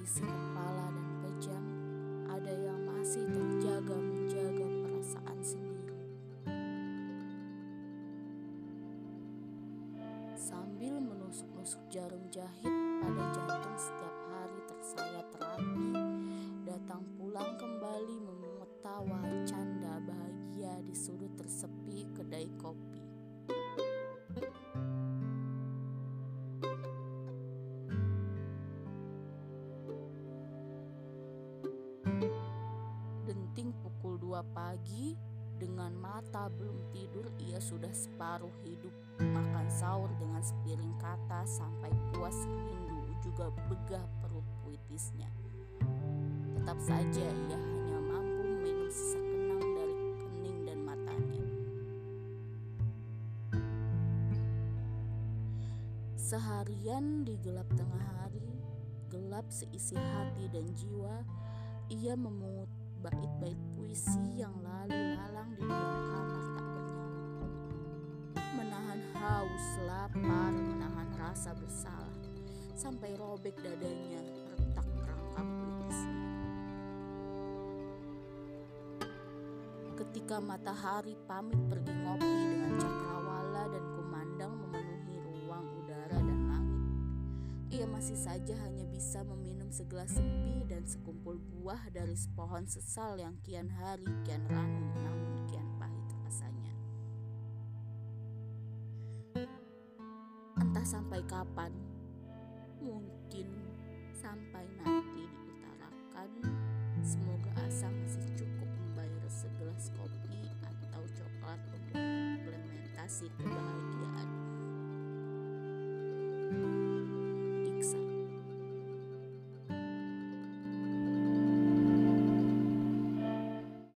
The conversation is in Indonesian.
isi kepala dan kejam, ada yang masih terjaga menjaga perasaan sendiri. Sambil menusuk-nusuk jarum jahit pada jantung setiap hari tersayat rapi, datang pulang kembali memungut tawa canda bahagia di sudut tersepi kedai kopi. Denting pukul 2 pagi, dengan mata belum tidur ia sudah separuh hidup makan sahur dengan sepiring kata sampai puas rindu juga begah perut puitisnya. Tetap saja ia hanya mampu minum sisa kenang dari kening dan matanya. Seharian di gelap tengah hari, gelap seisi hati dan jiwa, ia memungut bait-bait puisi yang lalu lalang di dalam kamar tak bernyawa. Menahan haus, lapar, menahan rasa bersalah, sampai robek dadanya retak perangkap puitisnya. Ketika matahari pamit pergi ngopi dengan cakrawala dan kumandang memenuhi ruang udara dan langit, ia masih saja hanya bisa meminum segelas sepi dan sekumpul buah dari sepohon sesal yang kian hari kian ranum namun kian pahit rasanya. Entah sampai kapan, mungkin sampai nanti diutarakan, semoga asa masih cukup membayar segelas kopi atau coklat untuk implementasi kebahagiaan.